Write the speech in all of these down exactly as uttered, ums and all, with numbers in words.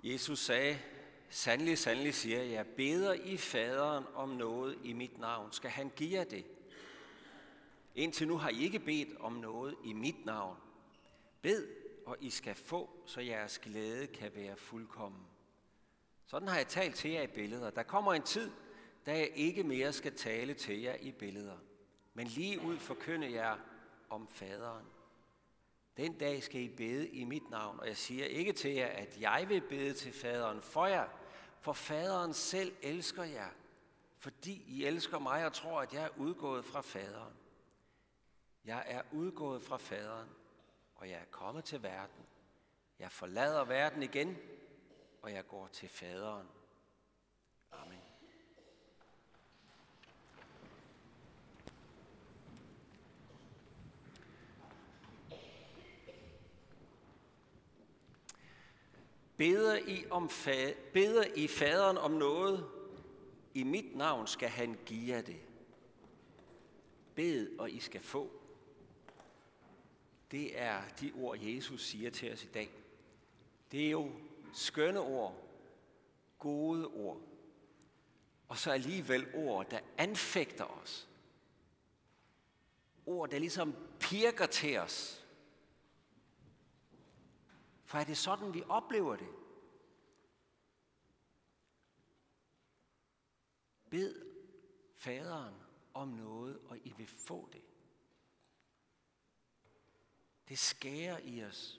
Jesus sagde, sandelig, sandelig siger jeg, beder I faderen om noget i mit navn, skal han give jer det. Indtil nu har I ikke bedt om noget i mit navn. Bed, og I skal få, så jeres glæde kan være fuldkommen. Sådan har jeg talt til jer i billeder. Der kommer en tid, da jeg ikke mere skal tale til jer i billeder, men lige ud forkynde jer om faderen. Den dag skal I bede i mit navn, og jeg siger ikke til jer, at jeg vil bede til faderen for jer, for faderen selv elsker jer, fordi I elsker mig og tror, at jeg er udgået fra faderen. Jeg er udgået fra faderen, og jeg er kommet til verden. Jeg forlader verden igen, og jeg går til faderen. Amen. Beder I, om fa- beder I faderen om noget, i mit navn skal han give jer det. Bed, og I skal få. Det er de ord, Jesus siger til os i dag. Det er jo skønne ord, gode ord, og så alligevel ord, der anfægter os. Ord, der ligesom pirker til os. For er det sådan, vi oplever det? Bed faderen om noget, og I vil få det. Det skærer i os,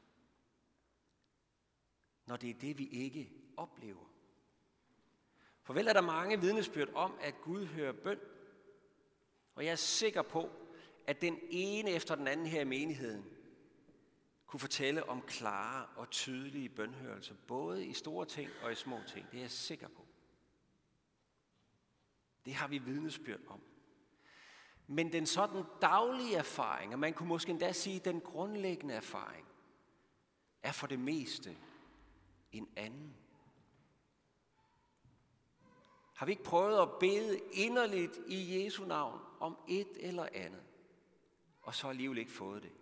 når det er det, vi ikke oplever. For vel er der mange vidnesbyrd om, at Gud hører bøn, og jeg er sikker på, at den ene efter den anden her i menigheden kunne fortælle om klare og tydelige bønhørelser, både i store ting og i små ting. Det er jeg sikker på. Det har vi vidnesbyrd om. Men den sådan daglige erfaring, og man kunne måske endda sige den grundlæggende erfaring, er for det meste en anden. Har vi ikke prøvet at bede inderligt i Jesu navn om et eller andet, og så alligevel ikke fået det?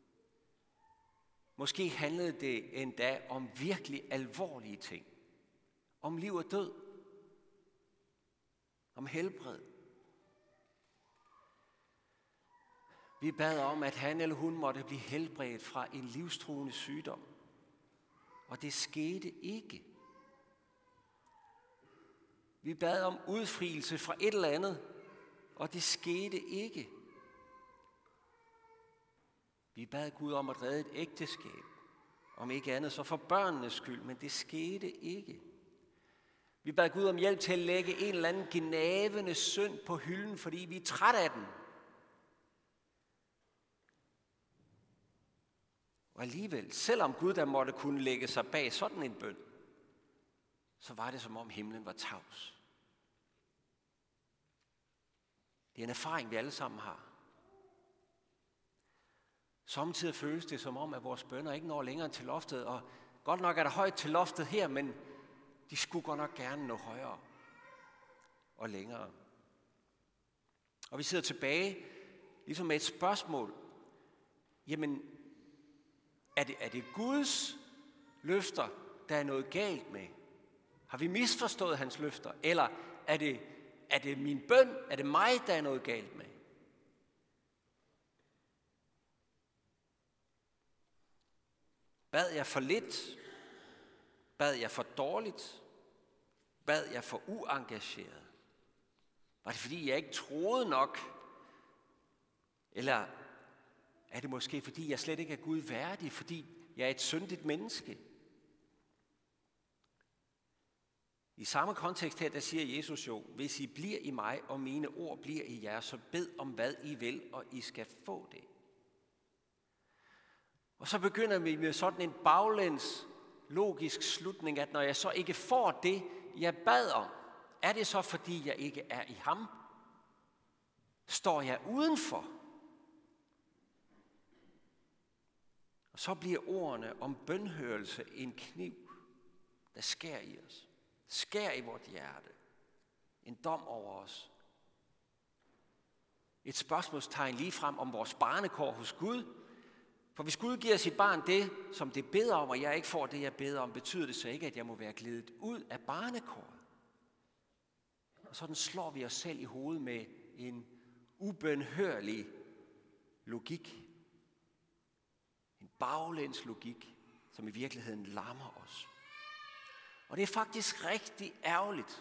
Måske handlede det endda om virkelig alvorlige ting. Om liv og død. Om helbred. Vi bad om, at han eller hun måtte blive helbredt fra en livstruende sygdom. Og det skete ikke. Vi bad om udfrielse fra et eller andet, og det skete ikke. Vi bad Gud om at redde et ægteskab, om ikke andet så for børnenes skyld, men det skete ikke. Vi bad Gud om hjælp til at lægge en eller anden gnavende synd på hylden, fordi vi er træt af den. Og alligevel, selvom Gud der måtte kunne lægge sig bag sådan en bøn, så var det som om himlen var tavs. Det er en erfaring, vi alle sammen har. Samtidig føles det som om, at vores bønner ikke når længere til loftet, og godt nok er der højt til loftet her, men de skulle godt nok gerne nå højere og længere. Og vi sidder tilbage ligesom med et spørgsmål. Jamen, er det, er det Guds løfter, der er noget galt med? Har vi misforstået hans løfter? Eller er det, er det min bøn? Er det mig, der er noget galt med? Bad jeg for lidt? Bad jeg for dårligt? Bad jeg for uengageret? Var det fordi, jeg ikke troede nok? Eller er det måske fordi, jeg slet ikke er Gud værdig, fordi jeg er et syndigt menneske? I samme kontekst her, der siger Jesus jo, hvis I bliver i mig, og mine ord bliver i jer, så bed om hvad I vil, og I skal få det. Og så begynder vi med sådan en baglæns logisk slutning, at når jeg så ikke får det, jeg bad om, er det så fordi, jeg ikke er i ham? Står jeg udenfor? Og så bliver ordene om bønhørelse en kniv, der skærer i os. Skær i vort hjerte. En dom over os. Et spørgsmålstegn lige frem om vores barnekår hos Gud. For hvis Gud giver sit barn det, som det beder om, og jeg ikke får det, jeg beder om, betyder det så ikke, at jeg må være glædet ud af barnekåret. Og sådan slår vi os selv i hovedet med en ubønhørlig logik. En baglæns logik, som i virkeligheden lammer os. Og det er faktisk rigtig ærgerligt.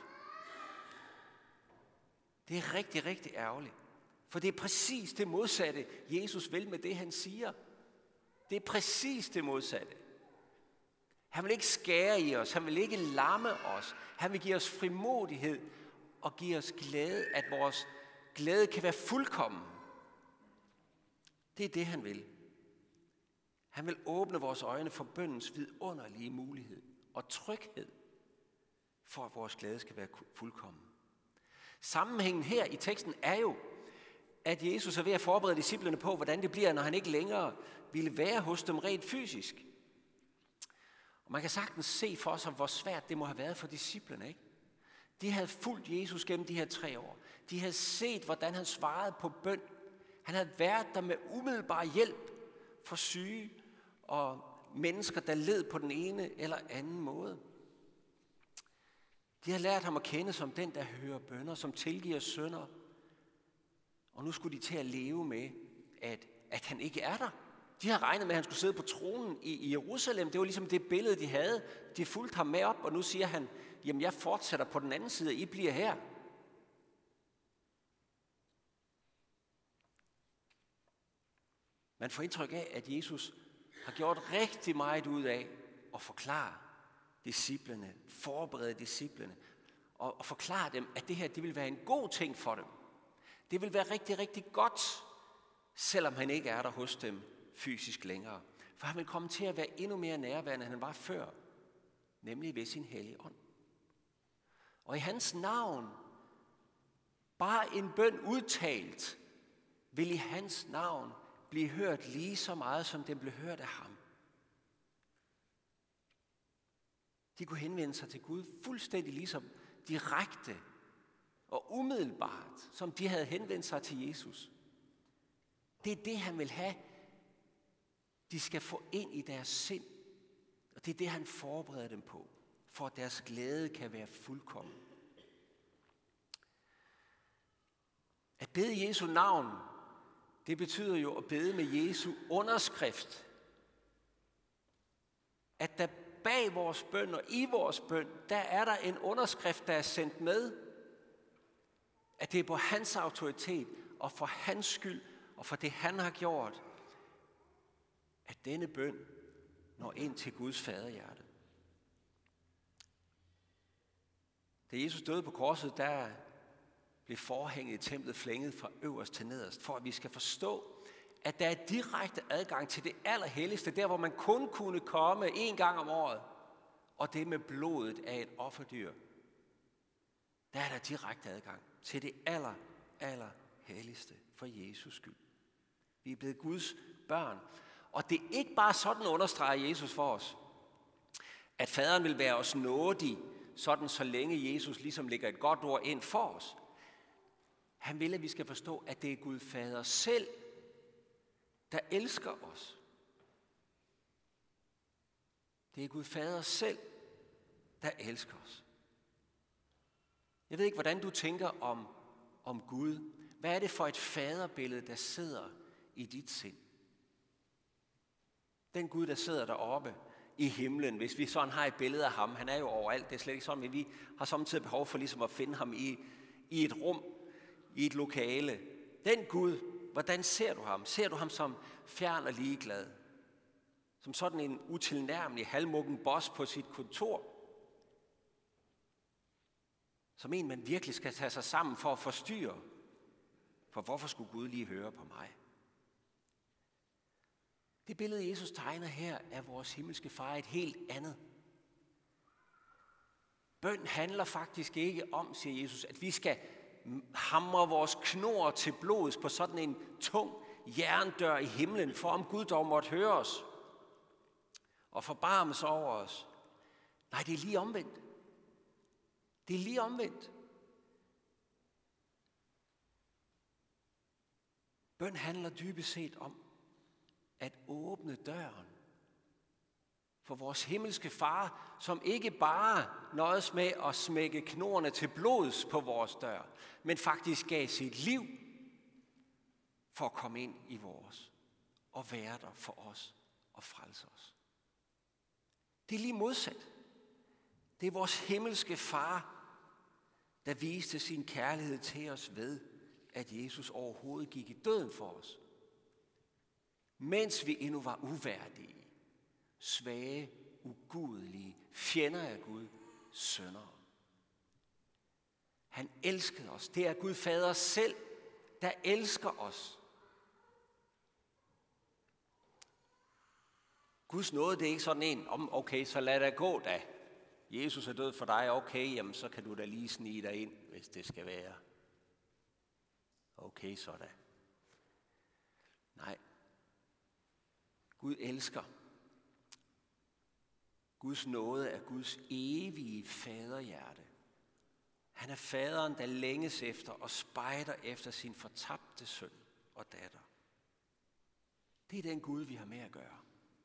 Det er rigtig, rigtig ærgerligt. For det er præcis det modsatte, Jesus vil med det, han siger. Det er præcis det modsatte. Han vil ikke skære i os. Han vil ikke lamme os. Han vil give os frimodighed og give os glæde, at vores glæde kan være fuldkommen. Det er det, han vil. Han vil åbne vores øjne for bønnens vidunderlige mulighed og tryghed, for at vores glæde skal være fuldkommen. Sammenhængen her i teksten er jo, at Jesus er ved at forberede disciplene på, hvordan det bliver, når han ikke længere ville være hos dem rent fysisk. Og man kan sagtens se for sig, hvor svært det må have været for disciplene, ikke? De havde fulgt Jesus gennem de her tre år. De havde set, hvordan han svarede på bøn. Han havde været der med umiddelbar hjælp for syge og mennesker, der led på den ene eller anden måde. De havde lært ham at kende som den, der hører bønner, som tilgiver synder. Og nu skulle de til at leve med, at, at han ikke er der. De havde regnet med, at han skulle sidde på tronen i, i Jerusalem. Det var ligesom det billede, de havde. De fulgte ham med op, og nu siger han, jamen jeg fortsætter på den anden side, og I bliver her. Man får indtryk af, at Jesus har gjort rigtig meget ud af at forklare disciplene, forberede disciplene, og, og forklare dem, at det her det vil være en god ting for dem. Det vil være rigtig, rigtig godt, selvom han ikke er der hos dem fysisk længere. For han vil komme til at være endnu mere nærværende, end han var før, nemlig ved sin hellige ånd. Og i hans navn, bare en bøn udtalt, vil i hans navn blive hørt lige så meget, som den blev hørt af ham. De kunne henvende sig til Gud fuldstændig ligesom direkte og umiddelbart, som de havde henvendt sig til Jesus. Det er det, han vil have, de skal få ind i deres sind. Og det er det, han forbereder dem på, for at deres glæde kan være fuldkommen. At bede Jesu navn, det betyder jo at bede med Jesu underskrift. At der bag vores bøn og i vores bøn, der er der en underskrift, der er sendt med. At det er på hans autoritet og for hans skyld og for det, han har gjort, at denne bøn når ind til Guds faderhjerte. Da Jesus døde på korset, der blev forhænget i templet flænget fra øverst til nederst, for at vi skal forstå, at der er direkte adgang til det allerhelligste, der hvor man kun kunne komme en gang om året, og det med blodet af et offerdyr. Der er der direkte adgang til det aller, aller helligste for Jesus skyld. Vi er blevet Guds børn, og det er ikke bare sådan understreger Jesus for os, at faderen vil være os nådig, sådan så længe Jesus ligesom lægger et godt ord ind for os. Han vil, at vi skal forstå, at det er Gud Fader selv, der elsker os. Det er Gud Fader selv, der elsker os. Jeg ved ikke, hvordan du tænker om, om Gud. Hvad er det for et faderbillede, der sidder i dit sind? Den Gud, der sidder deroppe i himlen, hvis vi sådan har et billede af ham, han er jo overalt, det er slet ikke sådan, men vi har samtidig behov for ligesom at finde ham i, i et rum, i et lokale. Den Gud, hvordan ser du ham? Ser du ham som fjern og ligeglad? Som sådan en utilnærmelig halvmuggen boss på sit kontor? Som en, man virkelig skal tage sig sammen for at forstyrre? For hvorfor skulle Gud lige høre på mig? Det billede, Jesus tegner her, af vores himmelske far et helt andet. Bøn handler faktisk ikke om, siger Jesus, at vi skal hamre vores knor til blods på sådan en tung jerndør i himlen, for om Gud dog måtte høre os og forbarme sig over os. Nej, det er lige omvendt. Det er lige omvendt. Bøn handler dybest set om at åbne døren for vores himmelske far, som ikke bare nøjes med at smække knorrene til blods på vores dør, men faktisk gav sit liv for at komme ind i vores og være der for os og frelse os. Det er lige modsat. Det er vores himmelske far, der viste sin kærlighed til os ved, at Jesus overhovedet gik i døden for os. Mens vi endnu var uværdige, svage, ugudelige, fjender af Gud, syndere. Han elskede os. Det er Gud Fader selv, der elsker os. Guds nåde, det er ikke sådan en, om okay, så lad det gå da. Jesus er død for dig, okay, jamen så kan du da lige snige dig ind, hvis det skal være. Okay, så da. Nej. Gud elsker. Guds nåde er Guds evige faderhjerte. Han er faderen, der længes efter og spejder efter sin fortabte søn og datter. Det er den Gud, vi har med at gøre.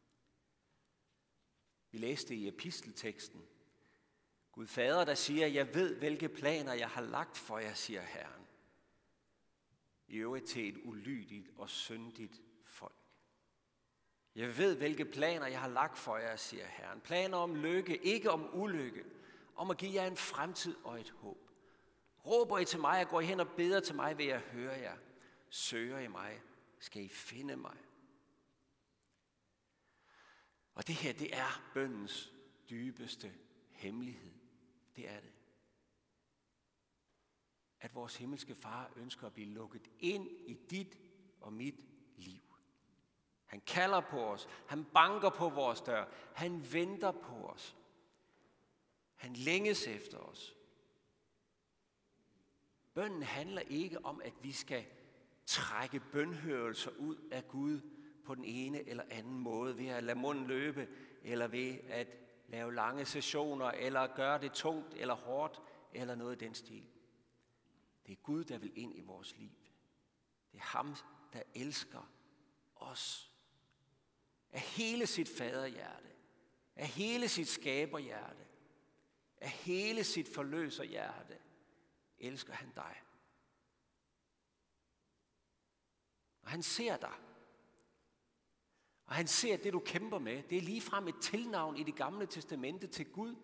Vi læste i epistelteksten. Gud Fader, der siger, jeg ved, hvilke planer jeg har lagt for jer, siger Herren. I øvrigt til et ulydigt og syndigt folk. Jeg ved, hvilke planer jeg har lagt for jer, siger Herren. Planer om lykke, ikke om ulykke. Om at give jer en fremtid og et håb. Råber I til mig, og går I hen og beder til mig, vil jeg høre jer. Søger I mig, skal I finde mig. Og det her, det er bønnens dybeste hemmelighed. Det er det. At vores himmelske far ønsker at blive lukket ind i dit og mit liv. Han kalder på os. Han banker på vores dør. Han venter på os. Han længes efter os. Bønnen handler ikke om, at vi skal trække bønhørelser ud af Gud på den ene eller anden måde, ved at lade munden løbe, eller ved at lave lange sessioner, eller gøre det tungt eller hårdt, eller noget i den stil. Det er Gud, der vil ind i vores liv. Det er ham, der elsker os. Af hele sit faderhjerte, af hele sit skaberhjerte, af hele sit forløserhjerte, elsker han dig. Og han ser dig. Og han ser det, du kæmper med. Det er ligefrem et tilnavn i Det Gamle Testamente til Gud.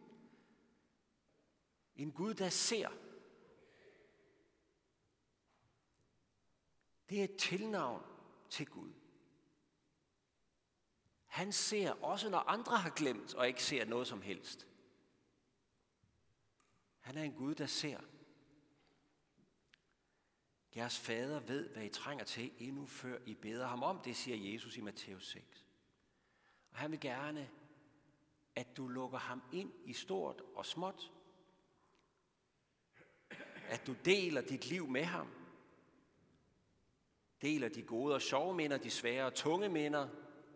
En Gud, der ser. Det er et tilnavn til Gud. Han ser også, når andre har glemt og ikke ser noget som helst. Han er en Gud, der ser. Jeres fader ved, hvad I trænger til, endnu før I beder ham om. Det siger Jesus i Matthæus seks. Og han vil gerne, at du lukker ham ind i stort og småt. At du deler dit liv med ham. Deler de gode og sjove minder, de svære og tunge minder.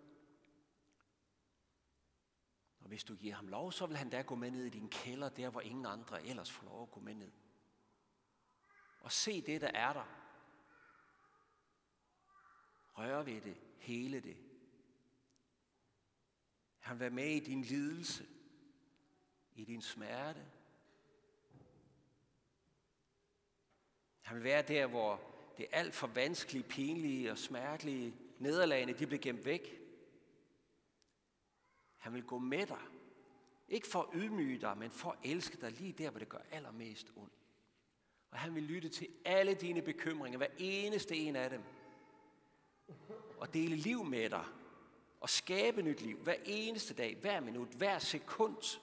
Og hvis du giver ham lov, så vil han da gå med ned i din kælder, der hvor ingen andre ellers får lov at gå med ned. Og se det, der er der. Rør ved det, hele det. Han vil være med i din lidelse, i din smerte. Han vil være der, hvor det alt for vanskelige, pinlige og smertelige nederlagene, de bliver gemt væk. Han vil gå med dig. Ikke for at ydmyge dig, men for at elske dig lige der, hvor det gør allermest ondt. Og han vil lytte til alle dine bekymringer, hver eneste en af dem. Og dele liv med dig. Og skabe nyt liv hver eneste dag, hver minut, hver sekund.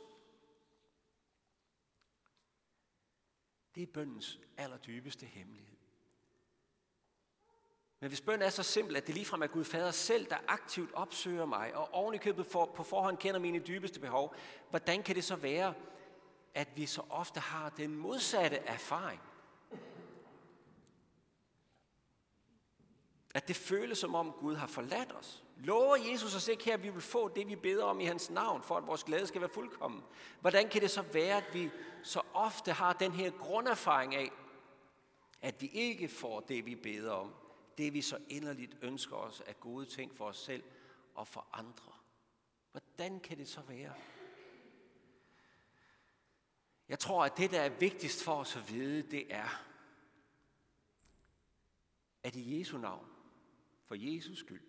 Det er bønnens allerdybeste hemmelighed. Men hvis bøn er så simpel, at det ligefrem er Gud Fader selv, der aktivt opsøger mig, og oven i købet for, på forhånd kender mine dybeste behov, hvordan kan det så være, at vi så ofte har den modsatte erfaring? At det føles som om Gud har forladt os. Lover Jesus os ikke her, at vi vil få det, vi beder om i hans navn, for at vores glæde skal være fuldkommen? Hvordan kan det så være, at vi så ofte har den her grunderfaring af, at vi ikke får det, vi beder om? Det vi så inderligt ønsker os af gode ting for os selv og for andre. Hvordan kan det så være? Jeg tror, at det, der er vigtigst for os at vide, det er, at i Jesu navn, for Jesus skyld,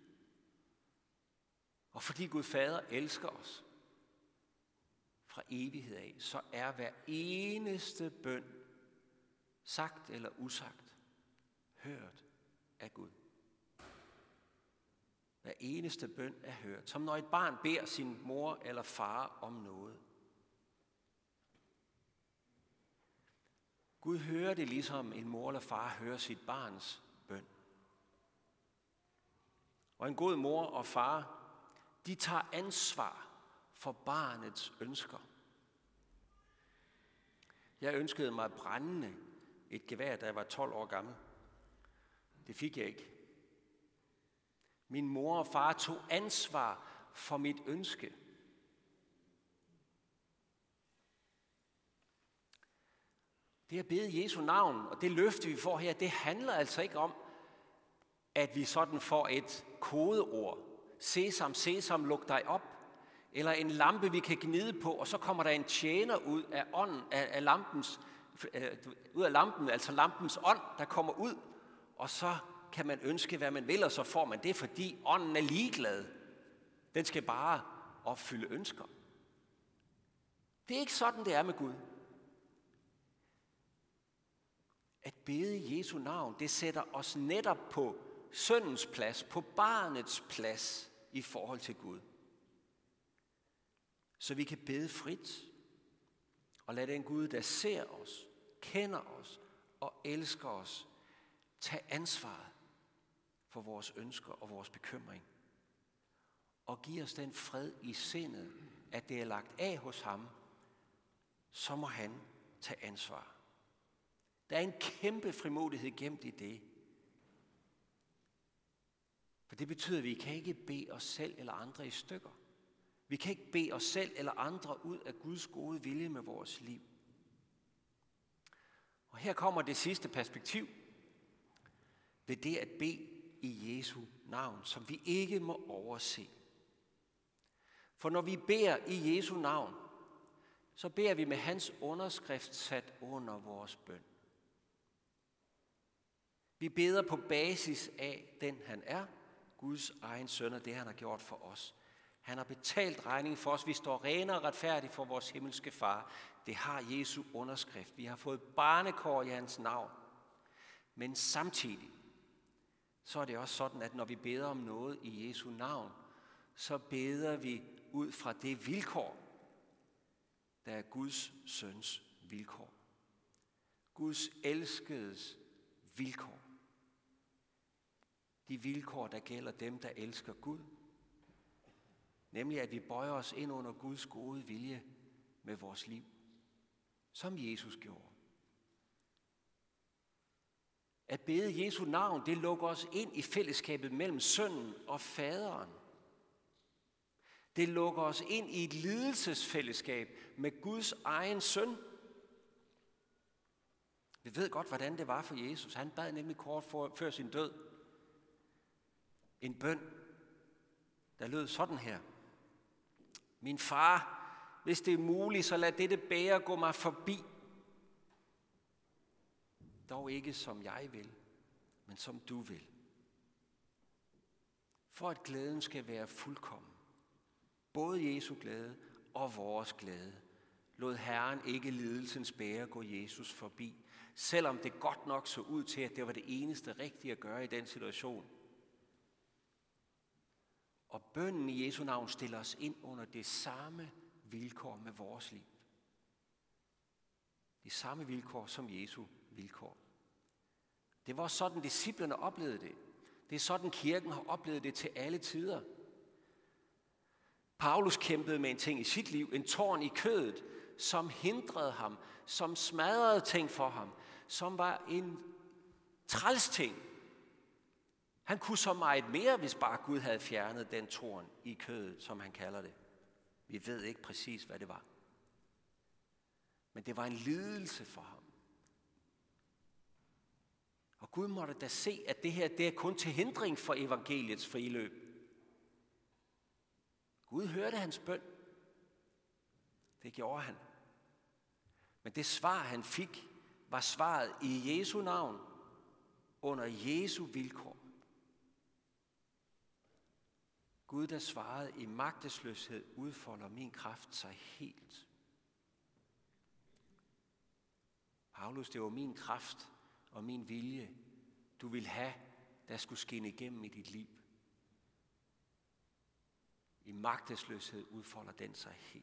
og fordi Gud Fader elsker os fra evighed af, så er hver eneste bøn, sagt eller usagt, hørt af Gud. Hver eneste bøn er hørt, som når et barn beder sin mor eller far om noget. Gud hører det, ligesom en mor eller far hører sit barns bøn. Og en god mor og far, de tager ansvar for barnets ønsker. Jeg ønskede mig brændende et gevær, da jeg var tolv år gammel. Det fik jeg ikke. Min mor og far tog ansvar for mit ønske. Det at bede Jesu navn, og det løfte, vi får her, det handler altså ikke om, at vi sådan får et kodeord. Sesam, sesam, luk dig op. Eller en lampe, vi kan gnide på, og så kommer der en tjener ud af ånden, af, af lampens, øh, ud af lampen, altså lampens ånd, der kommer ud, og så kan man ønske, hvad man vil, og så får man det, fordi ånden er ligeglad. Den skal bare opfylde ønsker. Det er ikke sådan, det er med Gud. At bede Jesu navn, det sætter os netop på sønnens plads, på barnets plads i forhold til Gud. Så vi kan bede frit og lade den Gud, der ser os, kender os og elsker os, tage ansvaret for vores ønsker og vores bekymring. Og give os den fred i sindet, at det er lagt af hos ham, så må han tage ansvar. Der er en kæmpe frimodighed gemt i det. For det betyder, at vi kan ikke bede os selv eller andre i stykker. Vi kan ikke bede os selv eller andre ud af Guds gode vilje med vores liv. Og her kommer det sidste perspektiv ved det at bede i Jesu navn, som vi ikke må overse. For når vi beder i Jesu navn, så beder vi med hans underskrift sat under vores bøn. Vi beder på basis af den han er, Guds egen søn og det han har gjort for os. Han har betalt regningen for os. Vi står rene og retfærdige for vores himmelske far. Det har Jesu underskrift. Vi har fået barnekår i hans navn. Men samtidig, så er det også sådan, at når vi beder om noget i Jesu navn, så beder vi ud fra det vilkår, der er Guds søns vilkår. Guds elskedes vilkår. De vilkår, der gælder dem, der elsker Gud. Nemlig at vi bøjer os ind under Guds gode vilje med vores liv. Som Jesus gjorde. At bede Jesu navn, det lukker os ind i fællesskabet mellem sønnen og faderen. Det lukker os ind i et lidelsesfællesskab med Guds egen søn. Vi ved godt, hvordan det var for Jesus. Han bad nemlig kort for, før sin død en bøn, der lød sådan her. Min far, hvis det er muligt, så lad dette bæger gå mig forbi. Dog ikke som jeg vil, men som du vil. For at glæden skal være fuldkommen. Både Jesu glæde og vores glæde. Lod Herren ikke lidelsens bæger gå Jesus forbi. Selvom det godt nok så ud til, at det var det eneste rigtige at gøre i den situation. Og bønnen i Jesu navn stiller os ind under det samme vilkår med vores liv. De samme vilkår som Jesu vilkår. Det var sådan, disciplerne oplevede det. Det er sådan, kirken har oplevet det til alle tider. Paulus kæmpede med en ting i sit liv, en tårn i kødet, som hindrede ham, som smadrede ting for ham, som var en træls ting. Han kunne så meget mere, hvis bare Gud havde fjernet den tårn i kødet, som han kalder det. Vi ved ikke præcis, hvad det var. Men det var en lidelse for ham. Og Gud måtte da se, at det her det er kun til hindring for evangeliets friløb. Gud hørte hans bøn. Det gjorde han. Men det svar, han fik, var svaret i Jesu navn, under Jesu vilkår. Gud, der svarede i magtesløshed, udfolder min kraft sig helt. Paulus, det var min kraft og min vilje, du vil have, der skulle skinne igennem i dit liv. I magtesløshed udfolder den sig helt.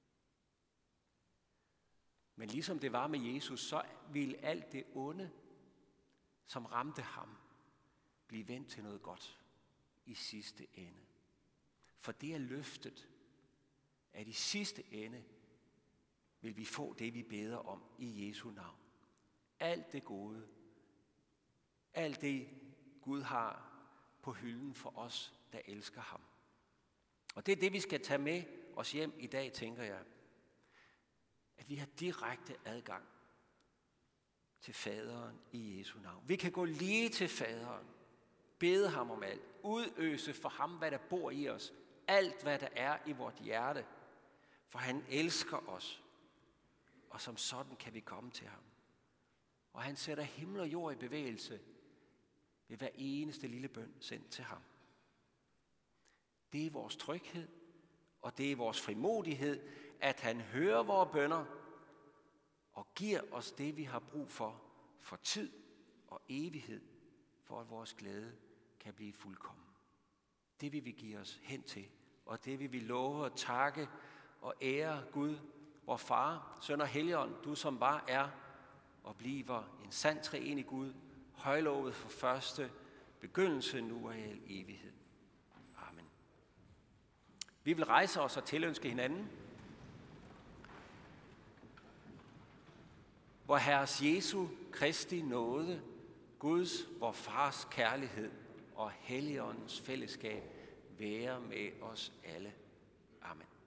Men ligesom det var med Jesus, så ville alt det onde, som ramte ham, blive vendt til noget godt i sidste ende. For det er løftet, at i sidste ende vil vi få det, vi beder om i Jesu navn. Alt det gode, alt det Gud har på hylden for os, der elsker ham. Og det er det, vi skal tage med os hjem i dag, tænker jeg. At vi har direkte adgang til faderen i Jesu navn. Vi kan gå lige til faderen, bede ham om alt, udøse for ham, hvad der bor i os, alt hvad der er i vort hjerte, for han elsker os, og som sådan kan vi komme til ham. Og han sætter himmel og jord i bevægelse ved hver eneste lille bøn sendt til ham. Det er vores tryghed, og det er vores frimodighed, at han hører vores bønner og giver os det, vi har brug for, for tid og evighed, for at vores glæde kan blive fuldkommen. Det vil vi give os hen til, og det vil vi love at takke og ære Gud, vor Far, Søn og Helligånd, du som var er og bliver en sand treenig Gud, højlovet for første begyndelse nu og i al evighed. Amen. Vi vil rejse os og tilønske hinanden, hvor Herres Jesu Kristi nåde, Guds, vor Fars kærlighed og Helligåndens fællesskab være med os alle. Amen.